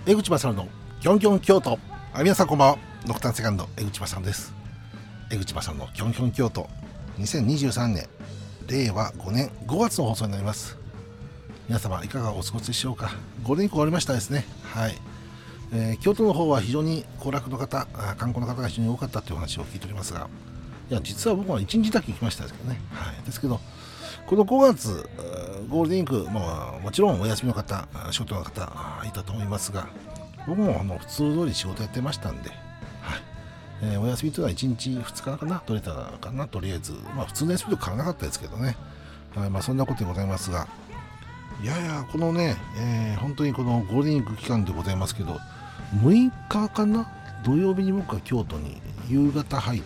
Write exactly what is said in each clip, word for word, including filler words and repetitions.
江口正のキョンキョン京都。あ、皆さんこんばんは。ノクターンセカンド江口正です。江口正のキョンキョン京都、にせんにじゅうさんねんれいわごねんごがつの放送になります。皆様いかがお過ごしでしょうか。ゴールデンウィーク終わりましたですね。はい、えー、京都の方は非常に行楽の方、観光の方が非常に多かったという話を聞いておりますが、いや実は僕はいちにちだけ行きましたですけどね。はい、ですけどこのごがつゴールデンウィーク、まあ、もちろんお休みの方、仕事の方いたと思いますが、僕もあの普通通り仕事やってましたんで、はい、えー、お休みというのはいちにちふつかかな取れたかな。とりあえず、まあ、普通の休みと変わらなかったですけどね、はい、まあ、そんなことでございますが、いやいやこのね、えー、本当にこのゴールデンウィーク期間でございますけど、むいかかな、土曜日に僕は京都に夕方入って、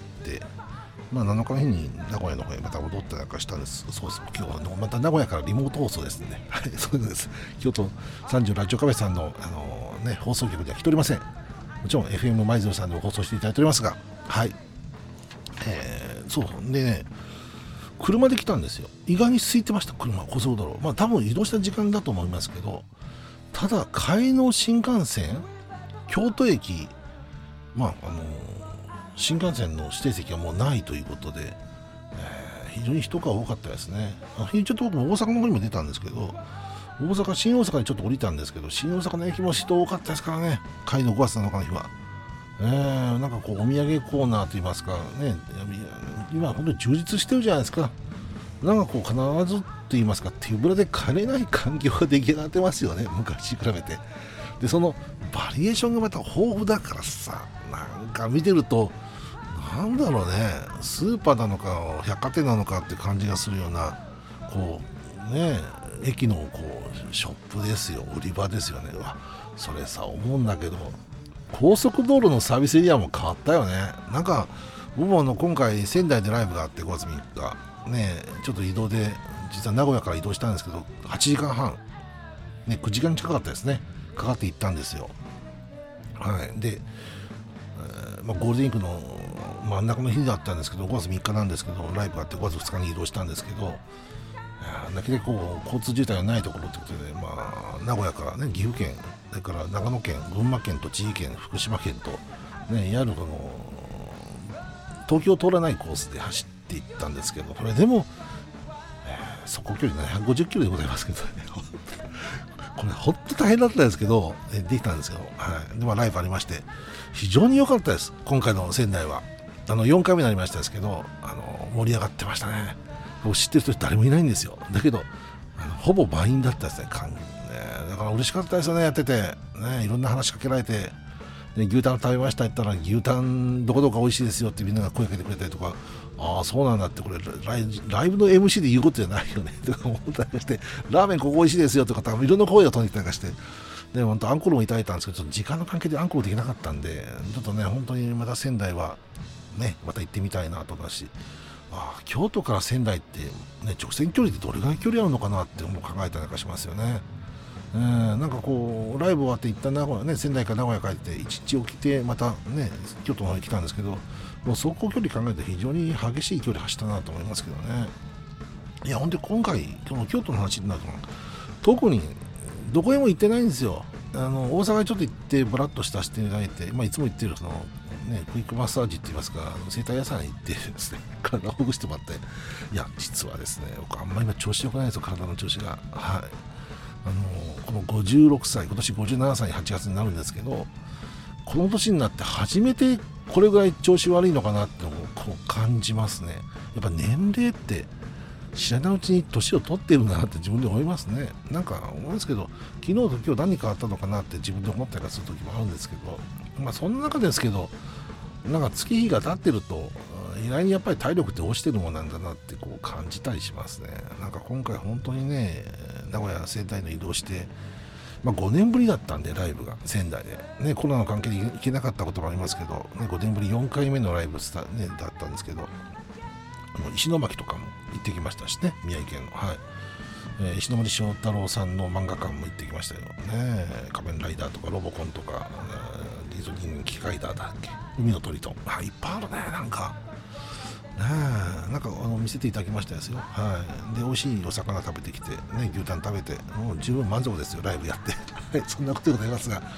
まあ、なのかの日に名古屋の方へまた戻ったりなんかしたんです。そうです。今日はまた名古屋からリモート放送ですね。はい、そうです。京都さんじゅうラジオカフェさんの、あのーね、放送局では来ておりません。もちろん エフエム 舞鶴さんで放送していただいておりますが、はい。えー、そうでね、車で来たんですよ。意外に空いてました。車、高速道路。まあ多分移動した時間だと思いますけど、ただ帰りの新幹線、京都駅、まああのー新幹線の指定席はもうないということで、えー、非常に人が多かったですね。ちょっと僕も大阪の方にも出たんですけど、大阪、新大阪にちょっと降りたんですけど、新大阪の駅も人多かったですからね、帰りのごがつなのかの日は。えー、なんかこうお土産コーナーといいますかね、今本当に充実してるじゃないですか。なんかこう必ずと言いますか、手ぶらで帰れない環境が出来上がってますよね、昔に比べて。で、そのバリエーションがまた豊富だからさ、なんか見てると、なんだろうね、スーパーなのか百貨店なのかって感じがするような、こうね、駅のこうショップですよ、売り場ですよね。うわ、それさ思うんだけど、高速道路のサービスエリアも変わったよね。なんか僕もあの今回仙台でライブがあってごがつみっかね、ちょっと移動で実は名古屋から移動したんですけど、はちじかんはん、ね、くじかん近かったですね、かかって行ったんですよ。はい、で、えーまあ、ゴールデンウィークの真ん中の日だったんですけど、ごがつみっかなんですけど、ライブがあってごがつふつかに移動したんですけど、だけでこう交通渋滞がないところってことで、まあ、名古屋から、ね、岐阜県、それから長野県、群馬県、栃木県、福島県と、ね、いわゆるこの東京を通らないコースで走っていったんですけど、これでも、えー、走行距離ななひゃくごじゅっキロでございますけどねこれ本当大変だったんですけど、できたんですけど、はい、でまあライブありまして非常に良かったです。今回の仙台はあのよんかいめになりましたですけど、あの盛り上がってましたね。僕知ってる人誰もいないんですよ。だけどあのほぼ満員だったですね。かんねだから嬉しかったですよね。やってて、ね、いろんな話しかけられて、で牛タン食べましたって言ったら、牛タンどこどこ美味しいですよってみんなが声かけてくれたりとか、ああそうなんだって、これライライブの エムシー で言うことじゃないよねとか思ったりして、ラーメンここ美味しいですよとかいろんな声が飛んできたりとかして、で本当アンコールもいただいたんですけど、ちょっと時間の関係でアンコールできなかったんで、ちょっとね本当にまた仙台はねまた行ってみたいなと思うし、ああ京都から仙台って、ね、直線距離でどれぐらい距離あるのかなって考えたりなんかしますよね。えー、なんかこうライブ終わって一旦名古屋、ね、仙台から名古屋帰っていちにち起きてまたね京都の方に来たんですけど、もう走行距離考えて非常に激しい距離走ったなと思いますけどね。いや本当に今回この京都の話になると特にどこへも行ってないんですよ。あの大阪にちょっと行ってブラッとしたしていただいて、まあ、いつも行ってるその、ね、クイックマッサージって言いますか、整体屋さんに行ってですね体をほぐしてもらって、いや実はですね僕あんまり今調子良くないんですよ、体の調子が。はい、あのこのごじゅうろくさい、今年ごじゅうななさいにはちがつになるんですけど、この年になって初めてこれぐらい調子悪いのかなってのをこう感じますね。やっぱ年齢って知らないうちに年を取ってるんだなって自分で思いますね。なんか思いますけど、昨日と今日何変わったのかなって自分で思ったりする時もあるんですけど、まあそんな中ですけど、なんか月日が経ってると意外にやっぱり体力って落ちてるものなんだなってこう感じたりしますね。なんか今回本当にね、名古屋仙台の移動して、まあ、ごねんぶりだったんでライブが仙台で、ね、コロナの関係で行けなかったこともありますけど、ね、ごねんぶりよんかいめのライブスタ、ね、だったんですけど、石巻とかも行ってきましたしね、宮城県の、はい、えー、石森章太郎さんの漫画館も行ってきましたよね。仮面ライダーとかロボコンとか、ディズニー機械ダーだっけ、海の鳥と、あ、いっぱいあるね。なんかねえ、なんかあの見せていただきましたですよ。はい、で美味しいお魚食べてきて、ね、牛タン食べてもう十分満足ですよ、ライブやってはい、そんなことでございますが、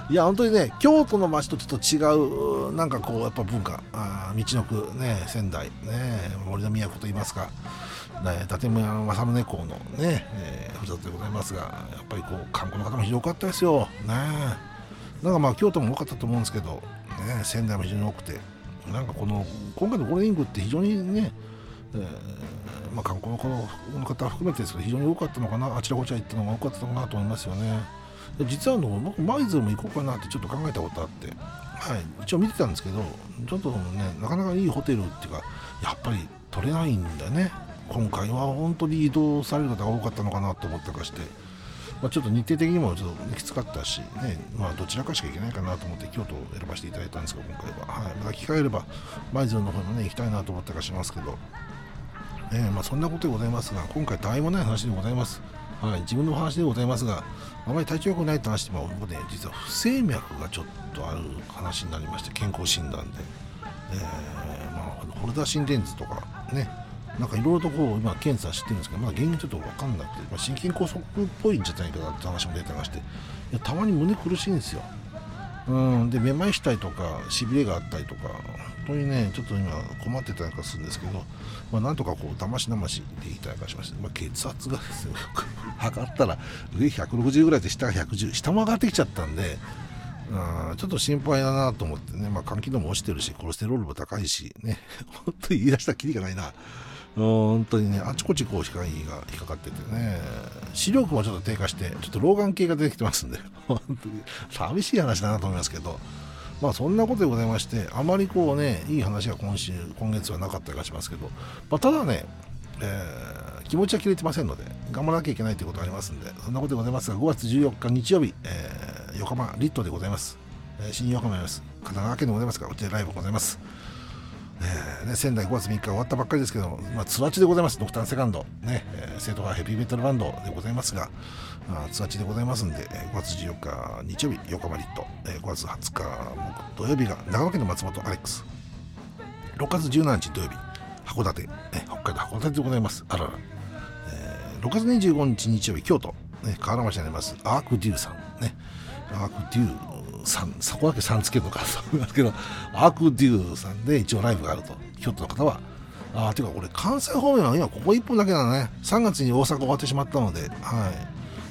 いや本当にね、京都の街とちょっと違うなんかこうやっぱ文化、あ道のくね、仙台ね、森の都といいますか、ね、伊達政宗公のね、えー、ふるさとでございますが、やっぱりこう観光の方もひどかったですよね。なんかまあ京都も多かったと思うんですけど、ね、仙台も非常に多くて、なんかこの今回のゴールデンウィークって非常にね、えーまあ、観光の方含めてですけど非常に多かったのかな、あちらこちら行ったのが多かったのかなと思いますよね。実はあの僕舞鶴も行こうかなってちょっと考えたことあって、はい、一応見てたんですけど、ちょっとねなかなかいいホテルっていうかやっぱり取れないんだよね。今回は本当に移動される方が多かったのかなと思ったかして、まあ、ちょっと日程的にもちょっときつかったし、ね、まあ、どちらかしか行けないかなと思って京都を選ばせていただいたんですけど、今回は、はい、また機会あれば舞鶴の方もね行きたいなと思ったかしますけど、ね、まあ、そんなことでございますが、今回たわいもない話でございます。はい、自分の話でございますが、あまり体調良くないって話でも、僕ね、実は不整脈がちょっとある話になりまして、健康診断で、えーまあ、ホルダー心電図とかね、なんかいろいろとこう今検査してるんですけど、まだ原因ちょっと分かんなくて、まあ、心筋梗塞っぽいんじゃないかなって話も出てまして、いやたまに胸苦しいんですよ。うんでめまいしたりとかしびれがあったりとか、本当にねちょっと今困ってたりとかするんですけど、まあ、なんとかこうだましだましでいただきまして、まあ、血圧がですね測ったら上ひゃくろくじゅうぐらいで下がひゃくじゅう、下も上がってきちゃったんで、あちょっと心配だなと思ってね、まあ、肝機能も落ちてるしコレステロールも高いしね、本当に言い出したらキリがないな。本当にねあちこちこう光が引っかかっててね、視力もちょっと低下してちょっと老眼系が出てきてますんで本当に寂しい話だなと思いますけど、まあそんなことでございまして、あまりこうねいい話が今週今月はなかったりはしますけど、まあ、ただね、えー、気持ちは切れてませんので頑張らなきゃいけないということがありますんで、そんなことでございますが、ごがつじゅうよっか日曜日、えー、横浜リットでございます、えー、新横浜にあります神奈川県でございますが、うちでライブございます。えーね、仙台ごがつみっか終わったばっかりですけど、まあ、ツアー中でございます。ドクターセカンド、ねえー、生徒がヘビーメタルバンドでございますが、あツアー中でございますんで、えー、ごがつじゅうよっか日曜日横浜リット、えー、ごがつはつか土曜日が長野県の松本アレックス、ろくがつじゅうしちにち土曜日函館、ね、北海道函館でございます。あらら、えー、ろくがつにじゅうごにち日曜日京都、ね、河原町にありますアークデューさん、ね、アークデューさん、そこだけさんつけるのかと思いますけど、アークデューさんで一応ライブがあると。京都の方はあーていうかこれ関西方面は今ここいっぽんだけなのね。さんがつに大阪終わってしまったので、はい、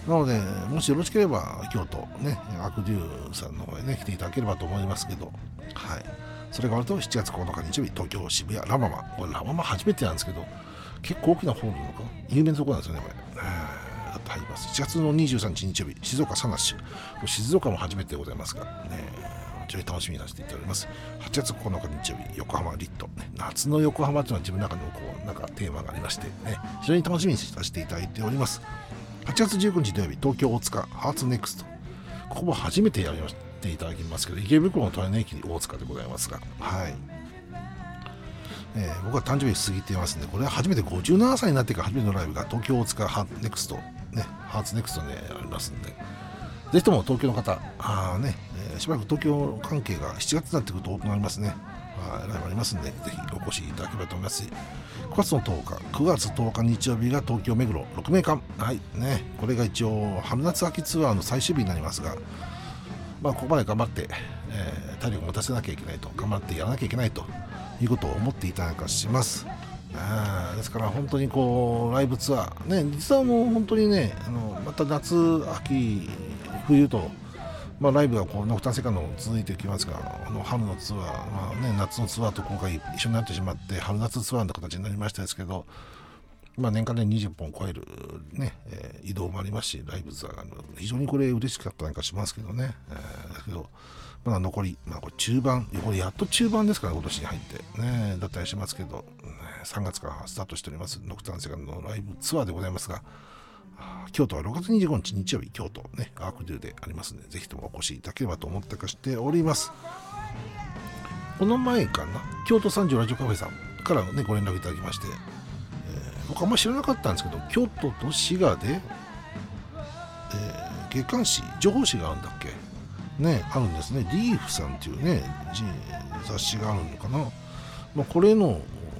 なのでもしよろしければ京都ねアークデューさんの方へね来ていただければと思いますけど、はい、それがあるとしちがつここのか日曜日東京渋谷ラママ、これラママ初めてなんですけど結構大きなホールなのか有名なところなんですよねこれ。入ります。しちがつのにじゅうさんにち日曜日静岡サナッシュ、静岡も初めてでございますがね、非常に楽しみになしていただきます。はちがつここのか日曜日横浜リット、ね、夏の横浜というのは自分の中のこうなんかテーマがありましてね、非常に楽しみにさせていただいております。はちがつじゅうくにち土曜日東京大塚ハーツネクスト、ここも初めてやりましていただきますけど、池袋の隣の駅に大塚でございますが、はい、えー、僕は誕生日過ぎていますので、これは初めてごじゅうななさいになってから初めてのライブが東京大塚ハーツネクスト、ね、ハーツネクストでありますので、ぜひとも東京の方、あね、えー、しばらく東京関係がしちがつになってくると多くなりますね。はい、ライブありますので、ぜひお越しいただければと思いますし、くがつのとおか、くがつとおか日曜日が東京目黒ろくめいかん、はいね、これが一応春夏秋ツアーの最終日になりますが、まあ、ここまで頑張って、えー、体力を持たせなきゃいけないと、頑張ってやらなきゃいけないということを思っていただかします。あですから本当にこうライブツアーね、実はもう本当にね、あのまた夏秋冬と、まあ、ライブがこうノクターンセカンド続いていきますが、あの春のツアー、まあね、夏のツアーと今回一緒になってしまって春夏ツアーの形になりましたですけど、まあ、年間でにじゅっぽん超える、ねえー、移動もありますし、ライブツアーが非常にこれ嬉しかったなんかしますけどね、えー、だけどまだ残り、まあ、これ中盤、これやっと中盤ですから今年に入ってねだったりしますけど、ね、さんがつからスタートしておりますノクターンセカンドのライブツアーでございますが、京都はろくがつにじゅうごにち日曜日京都ねアークデューでありますので、ぜひともお越しいただければと思ってかしております。この前かな、京都三条ラジオカフェさんから、ね、ご連絡いただきまして、えー、僕あんまり知らなかったんですけど、京都と滋賀で、えー、月刊誌情報誌があるんだっけね、あるんですね。リーフさんっていうね雑誌があるのかな、まあ、これの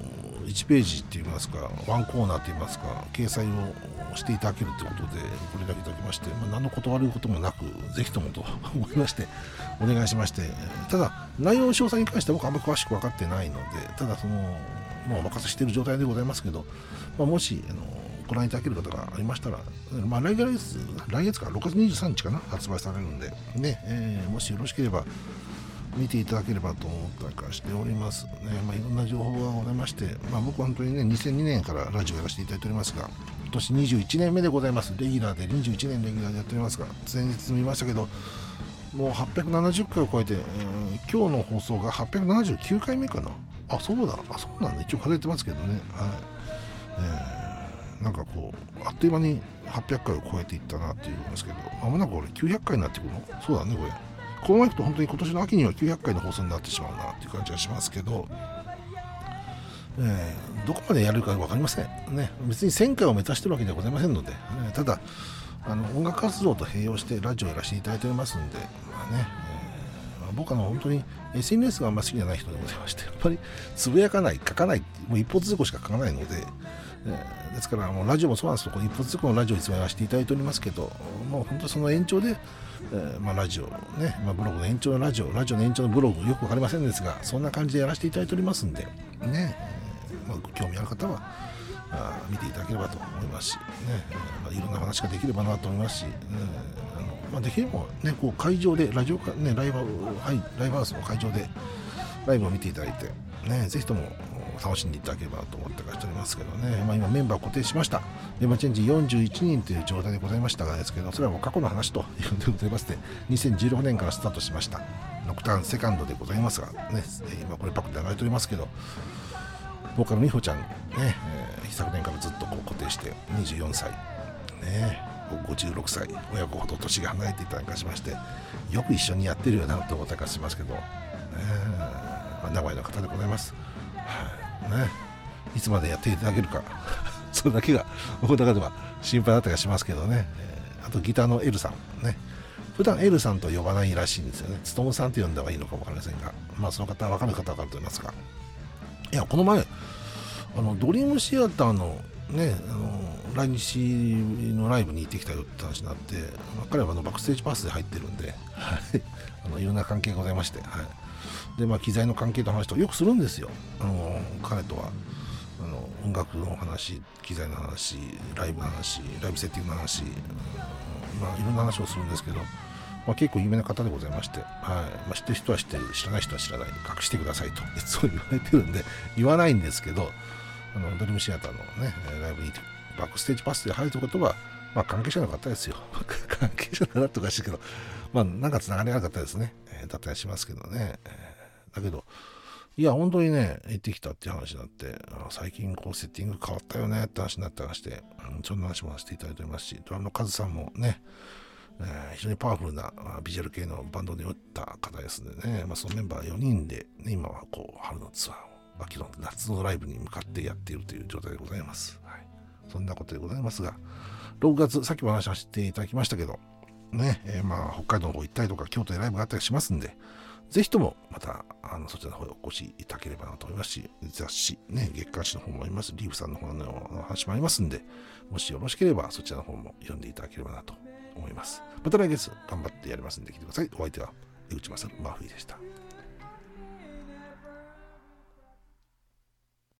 いちページって言いますか、ワンコーナーって言いますか、掲載をしていただけるということでご連絡いただきまして、まあ、何の断ることもなくぜひともと思いましてお願いしまして、ただ内容の詳細に関しては僕あんまり詳しく分かってないので、ただそのもうお任せしている状態でございますけど、まあ、もしあのご覧いただける方がありましたら、まあ、来月来月かろくがつにじゅうさんにちかな発売されるんでね、えー、もしよろしければ見ていただければと思ったりかしておりますね。まあ、いろんな情報がございまして、まあ、僕は本当にねにせんにねんからラジオやらせていただいておりますが、今年にじゅういちねんめでございます。レギュラーでにじゅういちねんレギュラーでやっておりますが、先日見ましたけどもうはっぴゃくななじゅっかいを超えて、えー、今日の放送がはっぴゃくななじゅうきゅうかいめかな。あ、そうだ、あ、そうなんだ、一応数えてますけどね。はい。えー、なんかこうあっという間にはっぴゃっかいを超えていったなっていうんですけど、まもなく俺きゅうひゃっかいになってくるの？そうだね、これ。このままいくと本当に今年の秋にはきゅうひゃっかいの放送になってしまうなっていう感じがしますけど、えー、どこまでやるか分かりませんね。別にせんかいを目指してるわけではございませんので、えー、ただあの音楽活動と併用してラジオをやらせていただいておりますんで、まあね、えーまあ、僕は本当に エスエヌエス があんまり好きじゃない人でございまして、やっぱりつぶやかない、書かない、もう一方通行しか書かないので、えー、ですからもうラジオもそうなんですけど、一方通行のラジオをいつもやらせていただいておりますけど、もう本当にその延長で、えーまあ、ラジオね、まあ、ブログの延長のラジオ、ラジオの延長のブログ、よくわかりませんですが、そんな感じでやらせていただいておりますんで、ね、えーまあ、ご興味ある方はあ見ていただければと思いますし、ね、えーまあ、いろんな話ができればなと思いますし、ね、あのまあ、できれば、ね、こう会場で、ラジオか、ね、ライブ、はい、ライブハウスの会場でライブを見ていただいて、ね、ぜひとも楽しんでいただければと思ってしておりますけどね、まあ、今メンバー固定しました。メンバーチェンジよんじゅういちにんという状態でございましたがですけど、それはもう過去の話ということでございまして、にせんじゅうろくねんからスタートしましたノクターンセカンドでございますがね、今これパックで流れておりますけど、ボーカル美穂ちゃんね、えー、昨年からずっとこう固定してにじゅうよんさいね、ごじゅうろくさい、親子ほど年が離れていたりかしまして、よく一緒にやってるよなと思ったりしますけど、ね、まあ、名古屋の方でございます。はい、ね、いつまでやっていただけるかそれだけが僕の中では心配だったりしますけどね、えー、あとギターの L さんね、普段 L さんと呼ばないらしいんですよね。つとむさんと呼んだ方がいいのかもわかりませんが、まあその方は分かる方は分かると思いますが、いやこの前あのドリームシアターのね、あの来日のライブに行ってきたよって話になって、まあ、彼はあのバックステージパスで入ってるんで、はい、あのいろんな関係がございまして、はい、でまあ機材の関係の話とかよくするんですよ、あの彼とは。あの音楽の話、機材の話、ライブの話、ライブセッティングの話、うん、まあいろんな話をするんですけど、まあ、結構有名な方でございまして、はい、まあ、知ってる人は知ってる、知らない人は知らない、隠してくださいとそう言われてるんで言わないんですけど、あのドリームシアターのねライブにバックステージパスで入るということは、まあ、関係者の方ですよ関係者の方とかしてけど、まあなんかつながりがなかったですね、えー、だったりしますけどね、えー、だけどいや本当にね行ってきたっていう話になって、最近こうセッティング変わったよねって話になったりして、うん、そんな話もさせていただいておりますし、ドラムのカズさんもね、えー、非常にパワフルなビジュアル系のバンドで打った方ですのでね、まあ、そのメンバーよにんで、ね、今はこう春のツアーを、秋の夏のライブに向かってやっているという状態でございます、はい、そんなことでございますが、ろくがつさっきも話させていただきましたけどね、えー、まあ北海道の方行ったりとか京都でライブがあったりしますんで、ぜひともまたあのそちらの方へお越しいただければなと思いますし、雑誌、ね、月刊誌の方もあります、リーフさんの方の話もありますんで、もしよろしければそちらの方も読んでいただければなと思います。また来月頑張ってやりますんで来てください。お相手は江口勝マーフィーでした。